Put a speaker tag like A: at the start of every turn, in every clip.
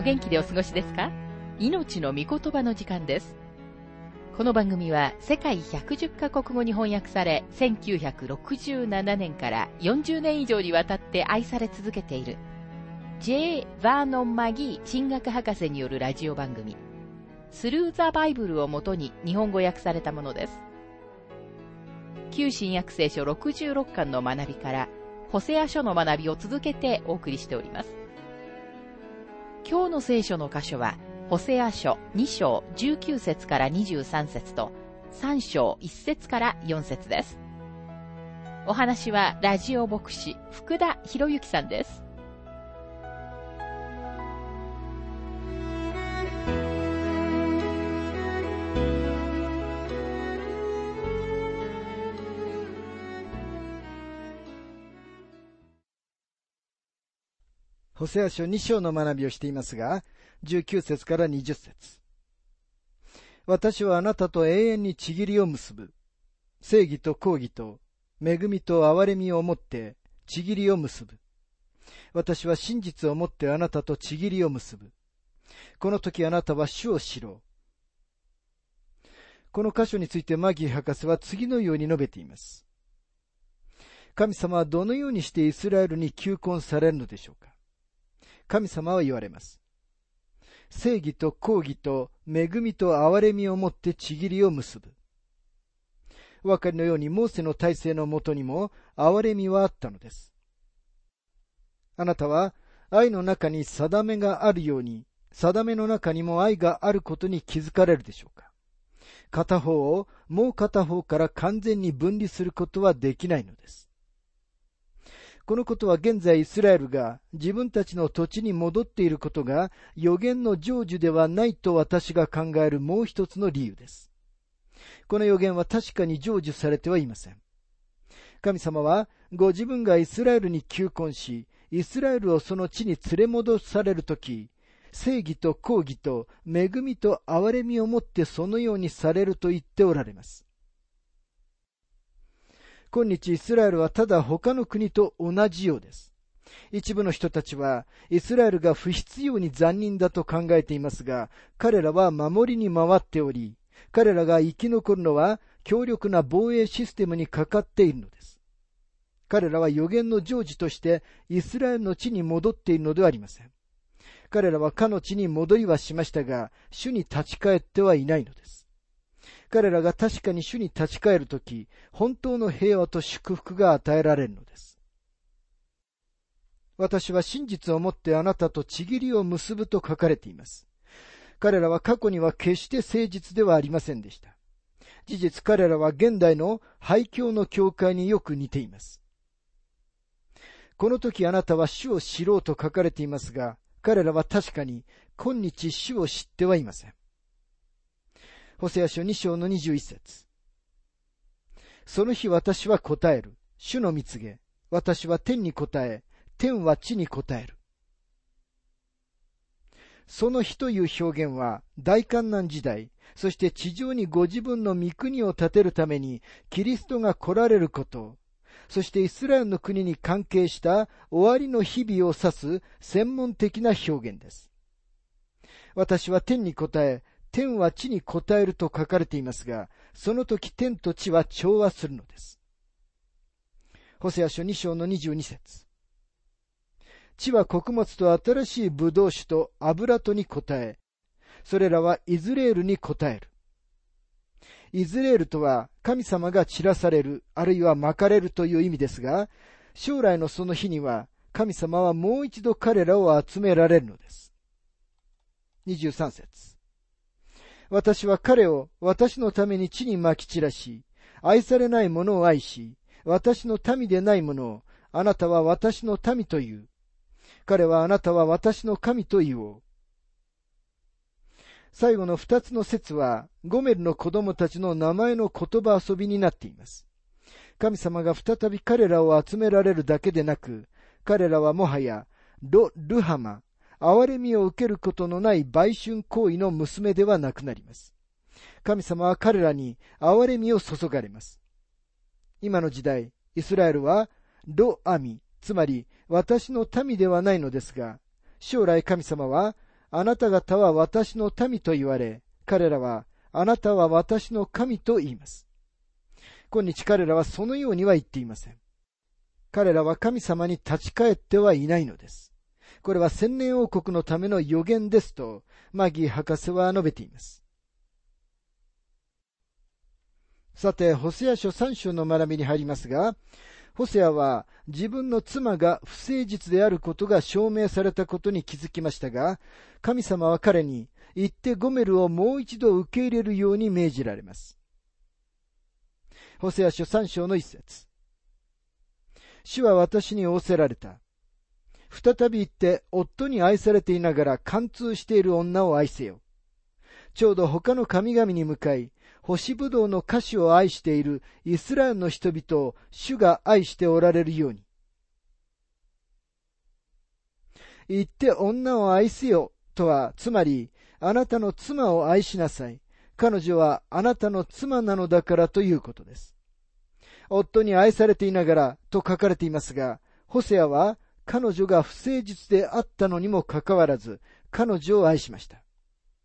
A: お元気でお過ごしですか？命の御言葉の時間です。この番組は世界110カ国語に翻訳され、1967年から40年以上にわたって愛され続けている J. バーノン・マギー神学博士によるラジオ番組スルー・ザ・バイブルをもとに日本語訳されたものです。旧新約聖書66巻の学びからホセア書の学びを続けてお送りしております。今日の聖書の箇所はホセア書2章19節から23節と3章1節から4節です。お話はラジオ牧師福田博之さんです。
B: ホセア書2章の学びをしていますが、19節から20節。私はあなたと永遠にちぎりを結ぶ。正義と公義と恵みと憐れみをもってちぎりを結ぶ。私は真実をもってあなたとちぎりを結ぶ。この時あなたは主を知ろう。この箇所についてマギー博士は次のように述べています。神様はどのようにしてイスラエルに求婚されるのでしょうか。神様は言われます。正義と公義と恵みと憐れみをもってちぎりを結ぶ。お分かりのようにモーセの体制のもとにも憐れみはあったのです。あなたは愛の中に定めがあるように、定めの中にも愛があることに気づかれるでしょうか。片方をもう片方から完全に分離することはできないのです。このことは現在イスラエルが自分たちの土地に戻っていることが予言の成就ではないと私が考えるもう一つの理由です。この予言は確かに成就されてはいません。神様はご自分がイスラエルに求婚し、イスラエルをその地に連れ戻されるとき、正義と公義と恵みと憐れみをもってそのようにされると言っておられます。今日イスラエルはただ他の国と同じようです。一部の人たちはイスラエルが不必要に残忍だと考えていますが、彼らは守りに回っており、彼らが生き残るのは強力な防衛システムにかかっているのです。彼らは予言の成就としてイスラエルの地に戻っているのではありません。彼らはかの地に戻りはしましたが、主に立ち返ってはいないのです。彼らが確かに主に立ち返るとき、本当の平和と祝福が与えられるのです。私は真実をもってあなたとちぎりを結ぶと書かれています。彼らは過去には決して誠実ではありませんでした。事実彼らは現代の廃教の教会によく似ています。この時あなたは主を知ろうと書かれていますが、彼らは確かに今日主を知ってはいません。ホセア書2章の21節。その日私は答える。主の御告げ。私は天に答え、天は地に答える。その日という表現は大患難時代、そして地上にご自分の御国を建てるためにキリストが来られること、そしてイスラエルの国に関係した終わりの日々を指す専門的な表現です。私は天に答え、天は地に答えると書かれていますが、その時天と地は調和するのです。ホセア書2章の22節。地は穀物と新しいブドウ酒と油とに答え、それらはイズレールに答える。イズレールとは神様が散らされる、あるいは撒かれるという意味ですが、将来のその日には神様はもう一度彼らを集められるのです。23節。私は彼を私のために地に撒き散らし、愛されない者を愛し、私の民でない者を、あなたは私の民と言う。彼はあなたは私の神と言おう。最後の二つの説は、ゴメルの子供たちの名前の言葉遊びになっています。神様が再び彼らを集められるだけでなく、彼らはもはや、ルハマ、憐れみを受けることのない売春行為の娘ではなくなります。神様は彼らに憐れみを注がれます。今の時代、イスラエルはアミ、つまり私の民ではないのですが、将来神様はあなた方は私の民と言われ、彼らはあなたは私の神と言います。今日彼らはそのようには言っていません。彼らは神様に立ち返ってはいないのです。これは千年王国のための予言ですと、マギー博士は述べています。さて、ホセア書3章の学びに入りますが、ホセアは自分の妻が不誠実であることが証明されたことに気づきましたが、神様は彼に行ってゴメルをもう一度受け入れるように命じられます。ホセア書3章の1節。主は私に仰せられた。再び行って夫に愛されていながら貫通している女を愛せよ。ちょうど他の神々に向かい、干しぶどうの果子を愛しているイスラエルの人々を主が愛しておられるように。行って女を愛せよとは、つまり、あなたの妻を愛しなさい。彼女はあなたの妻なのだからということです。夫に愛されていながらと書かれていますが、ホセアは彼女が不誠実であったのにもかかわらず、彼女を愛しました。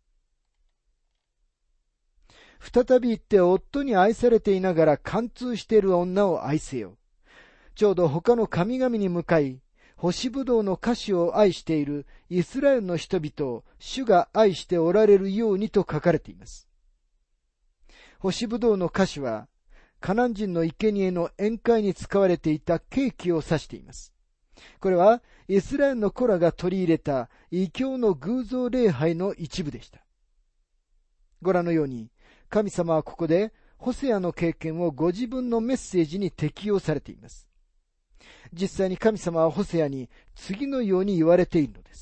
B: 再び行って夫に愛されていながら貫通している女を愛せよ。ちょうど他の神々に向かい、干しぶどうの果子を愛しているイスラエルの人々を主が愛しておられるようにと書かれています。干しぶどうの果子は、カナン人の生贄の宴会に使われていたケーキを指しています。これはイスラエルの子らが取り入れた異教の偶像礼拝の一部でした。ご覧のように、神様はここでホセアの経験をご自分のメッセージに適用されています。実際に神様はホセアに次のように言われているのです。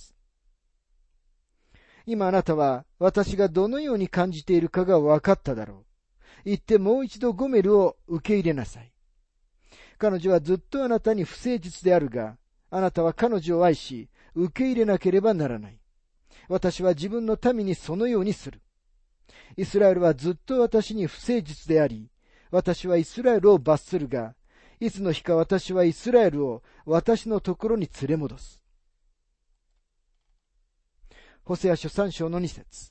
B: 今あなたは私がどのように感じているかが分かっただろう。行ってもう一度ゴメルを受け入れなさい。彼女はずっとあなたに不誠実であるが、あなたは彼女を愛し、受け入れなければならない。私は自分の民にそのようにする。イスラエルはずっと私に不誠実であり、私はイスラエルを罰するが、いつの日か私はイスラエルを私のところに連れ戻す。ホセア書3章の2節。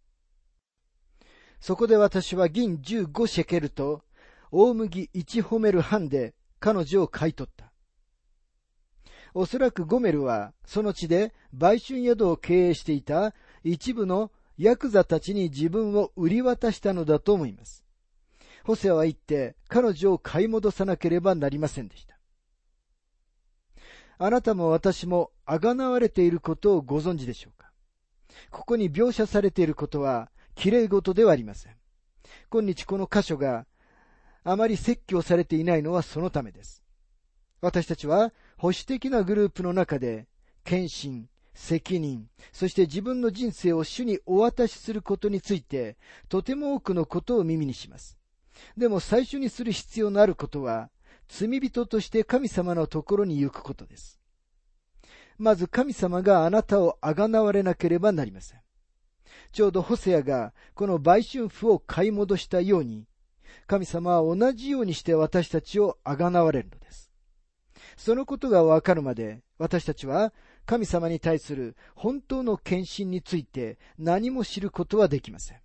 B: そこで私は銀15シェケルと大麦1ホメル半で彼女を買い取った。おそらくゴメルはその地で売春宿を経営していた一部のヤクザたちに自分を売り渡したのだと思います。ホセアは言って彼女を買い戻さなければなりませんでした。あなたも私もあがなわれていることをご存知でしょうか。ここに描写されていることは綺麗事ではありません。今日この箇所があまり説教されていないのはそのためです。私たちは保守的なグループの中で献身、責任、そして自分の人生を主にお渡しすることについてとても多くのことを耳にします。でも最初にする必要のあることは罪人として神様のところに行くことです。まず神様があなたをあがなわれなければなりません。ちょうどホセアがこの売春婦を買い戻したように、神様は同じようにして私たちをあがなわれるのです。そのことがわかるまで私たちは神様に対する本当の献身について何も知ることはできません。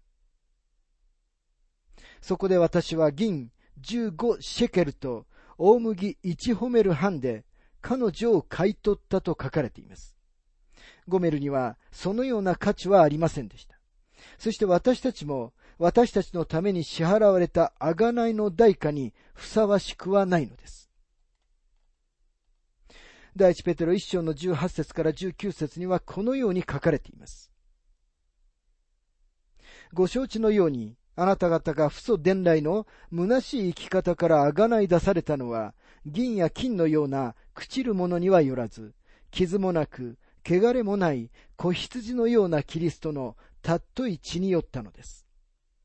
B: そこで私は銀15シェケルと大麦1ホメル半で彼女を買い取ったと書かれています。ゴメルにはそのような価値はありませんでした。そして私たちも私たちのために支払われた贖いの代価にふさわしくはないのです。第一ペテロ1章の18節から19節にはこのように書かれています。ご承知のように、あなた方が父祖伝来の虚しい生き方から贖い出されたのは、銀や金のような朽ちるものにはよらず、傷もなく、汚れもない子羊のようなキリストのたっとい血によったのです。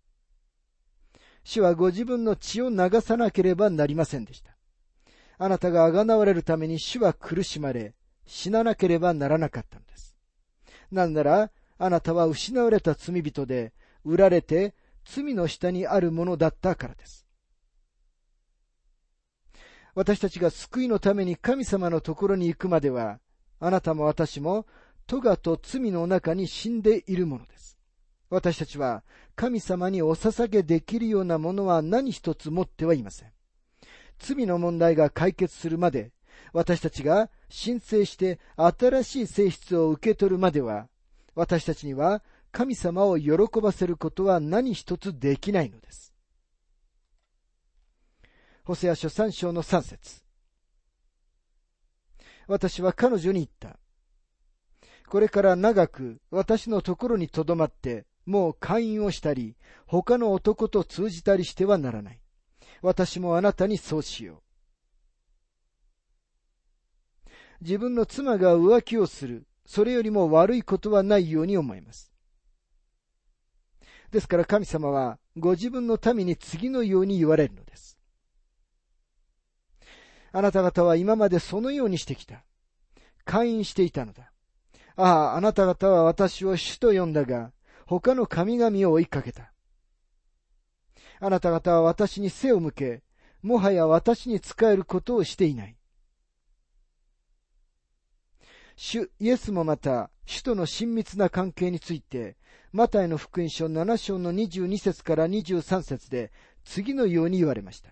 B: 主はご自分の血を流さなければなりませんでした。あなたが贖われるために主は苦しまれ、死ななければならなかったのです。なんなら、あなたは失われた罪人で、売られて罪の下にあるものだったからです。私たちが救いのために神様のところに行くまでは、あなたも私も咎と罪の中に死んでいるものです。私たちは神様にお捧げできるようなものは何一つ持ってはいません。罪の問題が解決するまで、私たちが申請して新しい性質を受け取るまでは、私たちには神様を喜ばせることは何一つできないのです。ホセア書3章の3節。私は彼女に言った。これから長く私のところにとどまって、もう会員をしたり、他の男と通じたりしてはならない。私もあなたにそうしよう。自分の妻が浮気をする、それよりも悪いことはないように思います。ですから神様はご自分の民に次のように言われるのです。あなた方は今までそのようにしてきた。会員していたのだ。ああ、あなた方は私を主と呼んだが、他の神々を追いかけた。あなた方は私に背を向け、もはや私に仕えることをしていない。主イエスもまた、主との親密な関係について、マタイの福音書7章の22節から23節で、次のように言われました。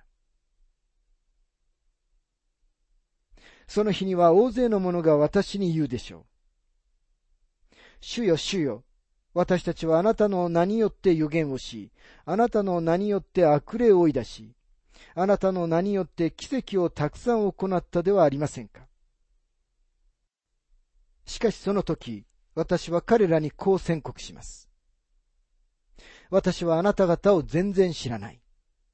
B: その日には大勢の者が私に言うでしょう。主よ、主よ、私たちはあなたの名によって預言をし、あなたの名によって悪霊を追い出し、あなたの名によって奇跡をたくさん行ったではありませんか。しかしその時、私は彼らにこう宣告します。私はあなた方を全然知らない。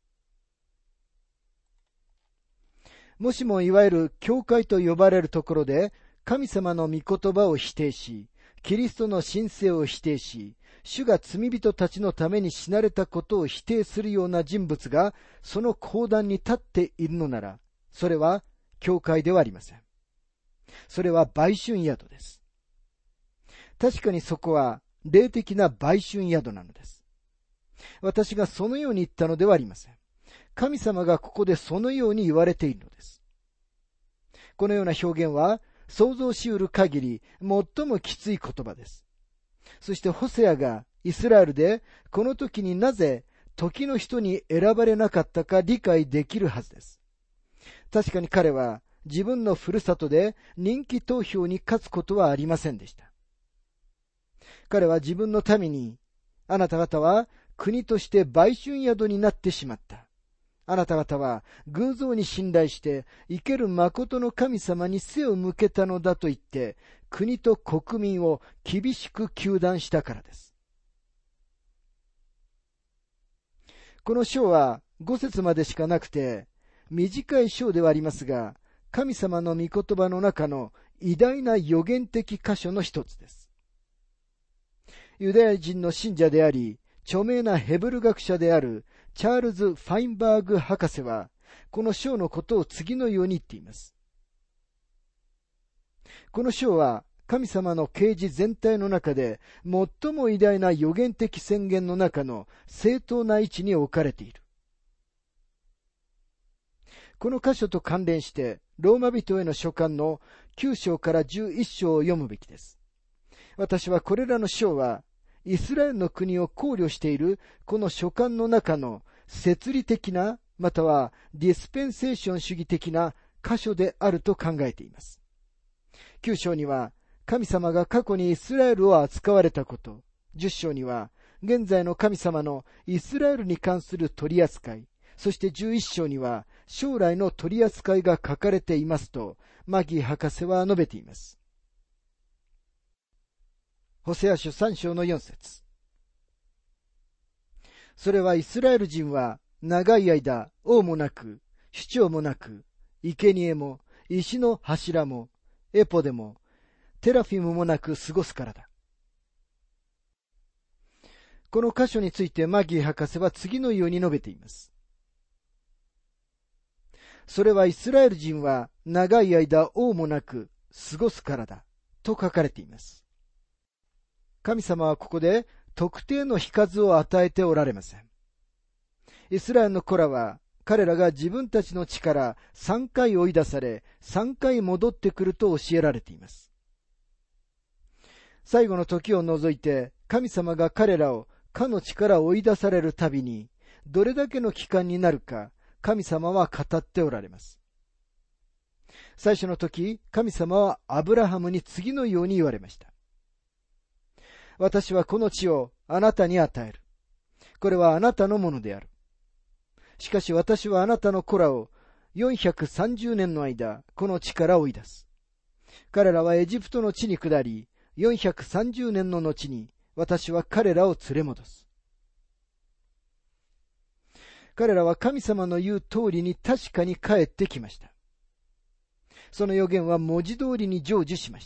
B: もしもいわゆる教会と呼ばれるところで神様の御言葉を否定し、キリストの神聖を否定し、主が罪人たちのために死なれたことを否定するような人物がその講談に立っているのなら、それは教会ではありません。それは売春宿です。確かにそこは霊的な売春宿なのです。私がそのように言ったのではありません。神様がここでそのように言われているのです。このような表現は想像しうる限り最もきつい言葉です。そしてホセアがイスラエルでこの時になぜ時の人に選ばれなかったか理解できるはずです。確かに彼は自分のふるさとで人気投票に勝つことはありませんでした。彼は自分の民に、あなた方は国として売春宿になってしまった。あなた方は偶像に信頼して生ける誠の神様に背を向けたのだと言って、国と国民を厳しく糾弾したからです。この章は5節までしかなくて、短い章ではありますが、神様の御言葉の中の偉大な予言的箇所の一つです。ユダヤ人の信者であり、著名なヘブル学者であるチャールズ・ファインバーグ博士は、この章のことを次のように言っています。この章は神様の啓示全体の中で最も偉大な予言的宣言の中の正当な位置に置かれている。この箇所と関連してローマ人への書簡の9章から11章を読むべきです。私はこれらの章はイスラエルの国を考慮しているこの書簡の中の摂理的なまたはディスペンセーション主義的な箇所であると考えています。9章には神様が過去にイスラエルを扱われたこと、10章には現在の神様のイスラエルに関する取り扱い、そして11章には将来の取り扱いが書かれていますとマギー博士は述べています。ホセア書3章の4節。それはイスラエル人は長い間王もなく首長もなく生贄も石の柱もエポでもテラフィムもなく過ごすからだ。この箇所についてマギー博士は次のように述べています。それはイスラエル人は長い間王もなく過ごすからだと書かれています。神様はここで特定の日数を与えておられません。イスラエルの子らは彼らが自分たちの地から3回追い出され3回戻ってくると教えられています。 最後の時を除いて神様が彼らをかの地から追い出されるたびにどれだけの期間になるか神様は語っておられます。最初の時、神様はアブラハムに次のように言われました。私はこの地をあなたに与える。これはあなたのものである。しかし私はあなたの子らを430年の間、この地から追い出す。彼らはエジプトの地に下り、430年の後に私は彼らを連れ戻す。彼らは神様の言う通りに確かに帰ってきました。その予言は文字通りに成就しました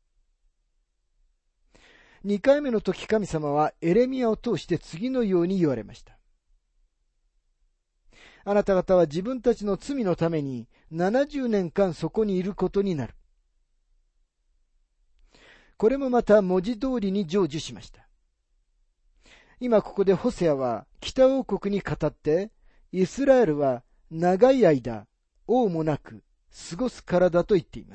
B: 。2回目の時、神様はエレミヤを通して次のように言われました。あなた方は自分たちの罪のために70年間そこにいることになる。これもまた文字通りに成就しました。今ここでホセアは北王国に語って、イスラエルは長い間、王もなく過ごすからだと言っています。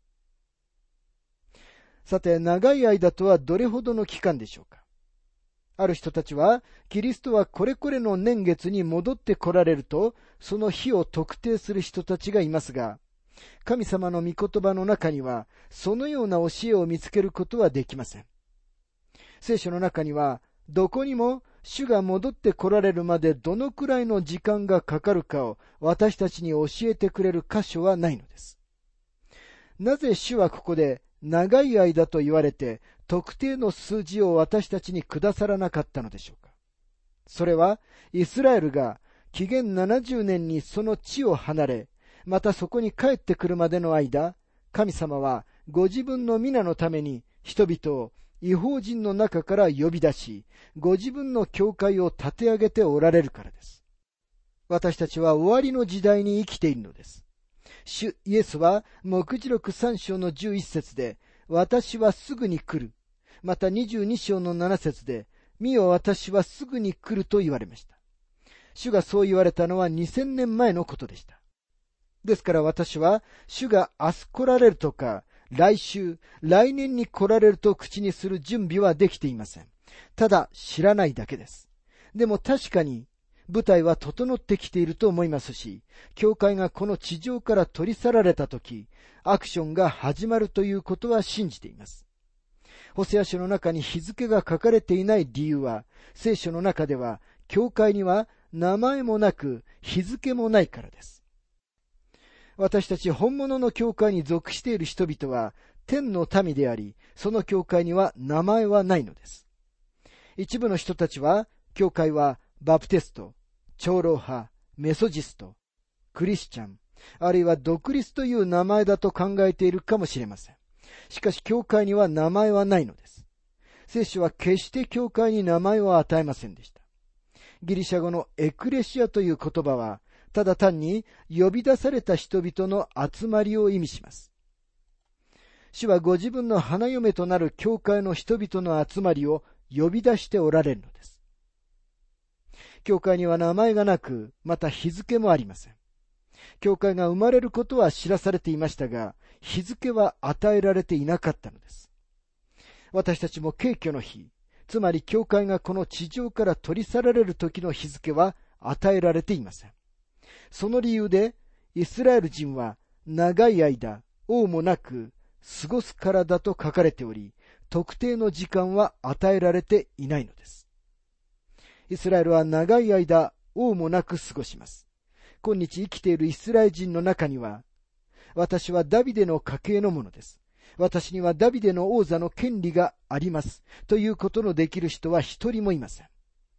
B: さて、長い間とはどれほどの期間でしょうか。ある人たちは、キリストはこれこれの年月に戻って来られると、その日を特定する人たちがいますが、神様の御言葉の中には、そのような教えを見つけることはできません。聖書の中には、どこにも主が戻って来られるまでどのくらいの時間がかかるかを私たちに教えてくれる箇所はないのです。なぜ主はここで長い間と言われて特定の数字を私たちにくださらなかったのでしょうか。それはイスラエルが紀元70年にその地を離れ、またそこに帰ってくるまでの間、神様はご自分の皆のために人々を異邦人の中から呼び出し、ご自分の教会を立て上げておられるからです。私たちは終わりの時代に生きているのです。主イエスは黙示録3章の11節で、私はすぐに来る。また22章の7節で、見よ私はすぐに来ると言われました。主がそう言われたのは2000年前のことでした。ですから私は、主が明日来られるとか、来週、来年に来られると口にする準備はできていません。ただ知らないだけです。でも確かに舞台は整ってきていると思いますし、教会がこの地上から取り去られたとき、アクションが始まるということは信じています。ホセア書の中に日付が書かれていない理由は、聖書の中では教会には名前もなく日付もないからです。私たち本物の教会に属している人々は天の民であり、その教会には名前はないのです。一部の人たちは、教会はバプテスト、長老派、メソジスト、クリスチャン、あるいは独立という名前だと考えているかもしれません。しかし教会には名前はないのです。聖書は決して教会に名前を与えませんでした。ギリシャ語のエクレシアという言葉は、ただ単に呼び出された人々の集まりを意味します。主はご自分の花嫁となる教会の人々の集まりを呼び出しておられるのです。教会には名前がなく、また日付もありません。教会が生まれることは知らされていましたが、日付は与えられていなかったのです。私たちも景挙の日、つまり教会がこの地上から取り去られる時の日付は与えられていません。その理由で、イスラエル人は長い間、王もなく過ごすからだと書かれており、特定の時間は与えられていないのです。イスラエルは長い間、王もなく過ごします。今日生きているイスラエル人の中には、私はダビデの家系のものです。私にはダビデの王座の権利があります。ということのできる人は一人もいません。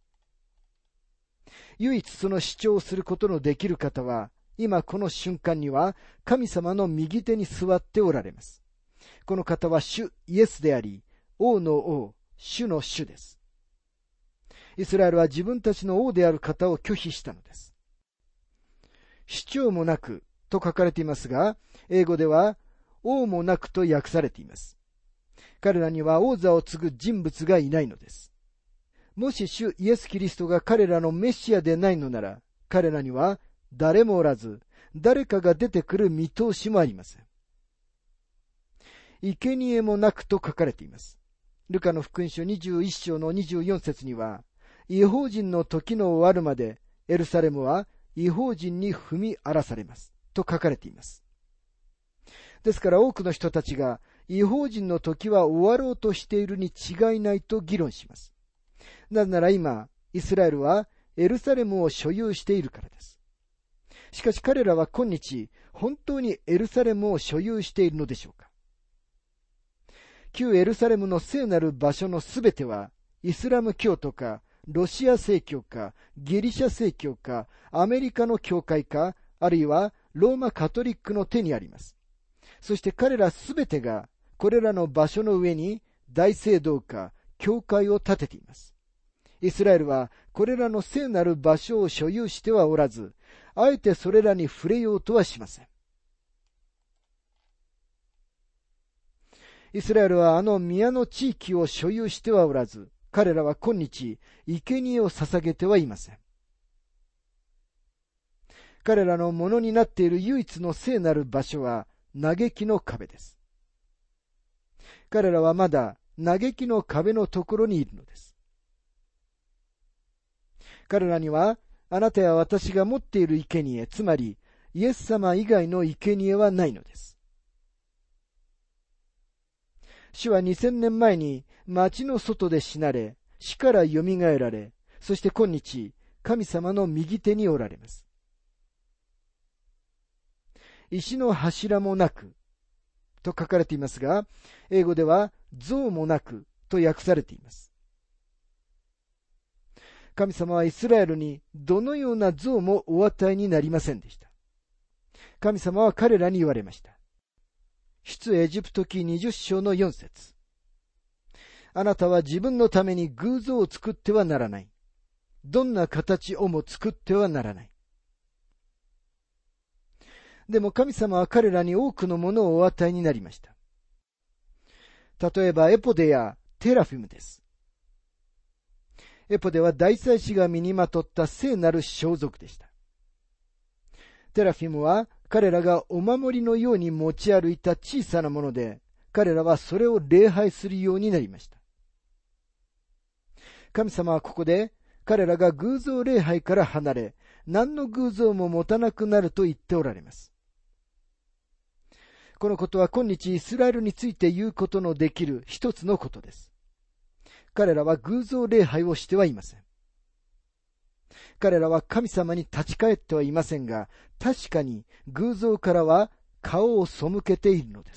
B: 唯一その主張をすることのできる方は、今この瞬間には神様の右手に座っておられます。この方は主イエスであり、王の王、主の主です。イスラエルは自分たちの王である方を拒否したのです。主張もなくと書かれていますが、英語では王もなくと訳されています。彼らには王座を継ぐ人物がいないのです。もし主イエス・キリストが彼らのメシアでないのなら、彼らには誰もおらず、誰かが出てくる見通しもありません。 生贄もなくと書かれています。ルカの福音書21章の24節には、異邦人の時の終わるまでエルサレムは異邦人に踏み荒らされますと書かれています。ですから多くの人たちが異邦人の時は終わろうとしているに違いないと議論します。なぜなら今、イスラエルはエルサレムを所有しているからです。しかし彼らは今日、本当にエルサレムを所有しているのでしょうか。旧エルサレムの聖なる場所のすべては、イスラム教徒か、ロシア正教か、ギリシャ正教か、アメリカの教会か、あるいはローマカトリックの手にあります。そして彼らすべてが、これらの場所の上に大聖堂か、教会を建てています。イスラエルはこれらの聖なる場所を所有してはおらず、あえてそれらに触れようとはしません。イスラエルはあの宮の地域を所有してはおらず、彼らは今日、生贄を捧げてはいません。彼らのものになっている唯一の聖なる場所は、嘆きの壁です。彼らはまだ嘆きの壁のところにいるのです。彼らには、あなたや私が持っている生贄、つまりイエス様以外の生贄はないのです。主は2000年前に町の外で死なれ、死からよみがえられ、そして今日、神様の右手におられます。石の柱もなくと書かれていますが、英語では像もなくと訳されています。神様はイスラエルにどのような像もお与えになりませんでした。神様は彼らに言われました。出エジプト記20章の4節。あなたは自分のために偶像を作ってはならない。どんな形をも作ってはならない。でも神様は彼らに多くのものをお与えになりました。例えばエポデやテラフィムです。エポデは大祭司が身にまとった聖なる装束でした。テラフィムは彼らがお守りのように持ち歩いた小さなもので、彼らはそれを礼拝するようになりました。神様はここで彼らが偶像礼拝から離れ、何の偶像も持たなくなると言っておられます。このことは今日イスラエルについて言うことのできる一つのことです。彼らは偶像礼拝をしてはいません。彼らは神様に立ち返ってはいませんが、確かに偶像からは顔を背けているのです。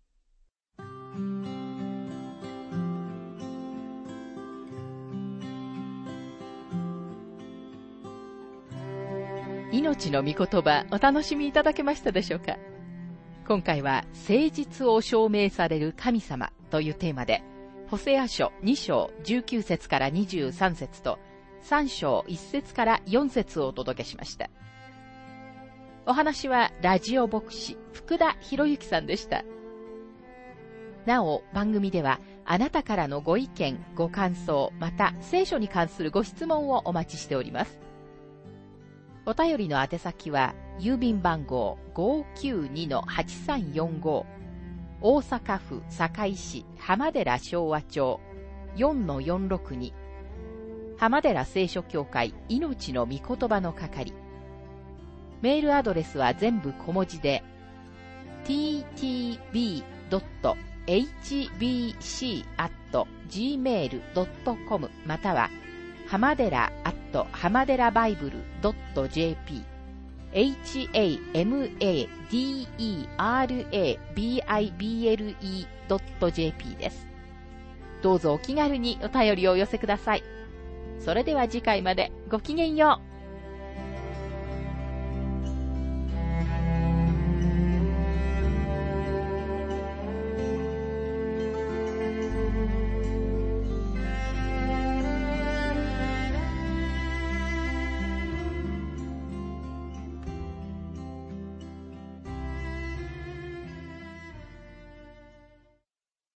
A: 命の御言葉、お楽しみいただけましたでしょうか。今回は誠実を証明される神様というテーマで、ホセア書2章19節から23節と3章1節から4節をお届けしました。お話はラジオ牧師福田博之さんでした。なお番組ではあなたからのご意見、ご感想、また聖書に関するご質問をお待ちしております。お便りの宛先は郵便番号 592-8345 大阪府堺市浜寺昭和町 4-462 浜寺聖書協会命の御言葉の係。メールアドレスは全部小文字で ttb.hbc@gmail.com または浜寺@hamaderabible.jp hamaderabible.jp です。どうぞお気軽にお便りをお寄せください。それでは次回までごきげんよう。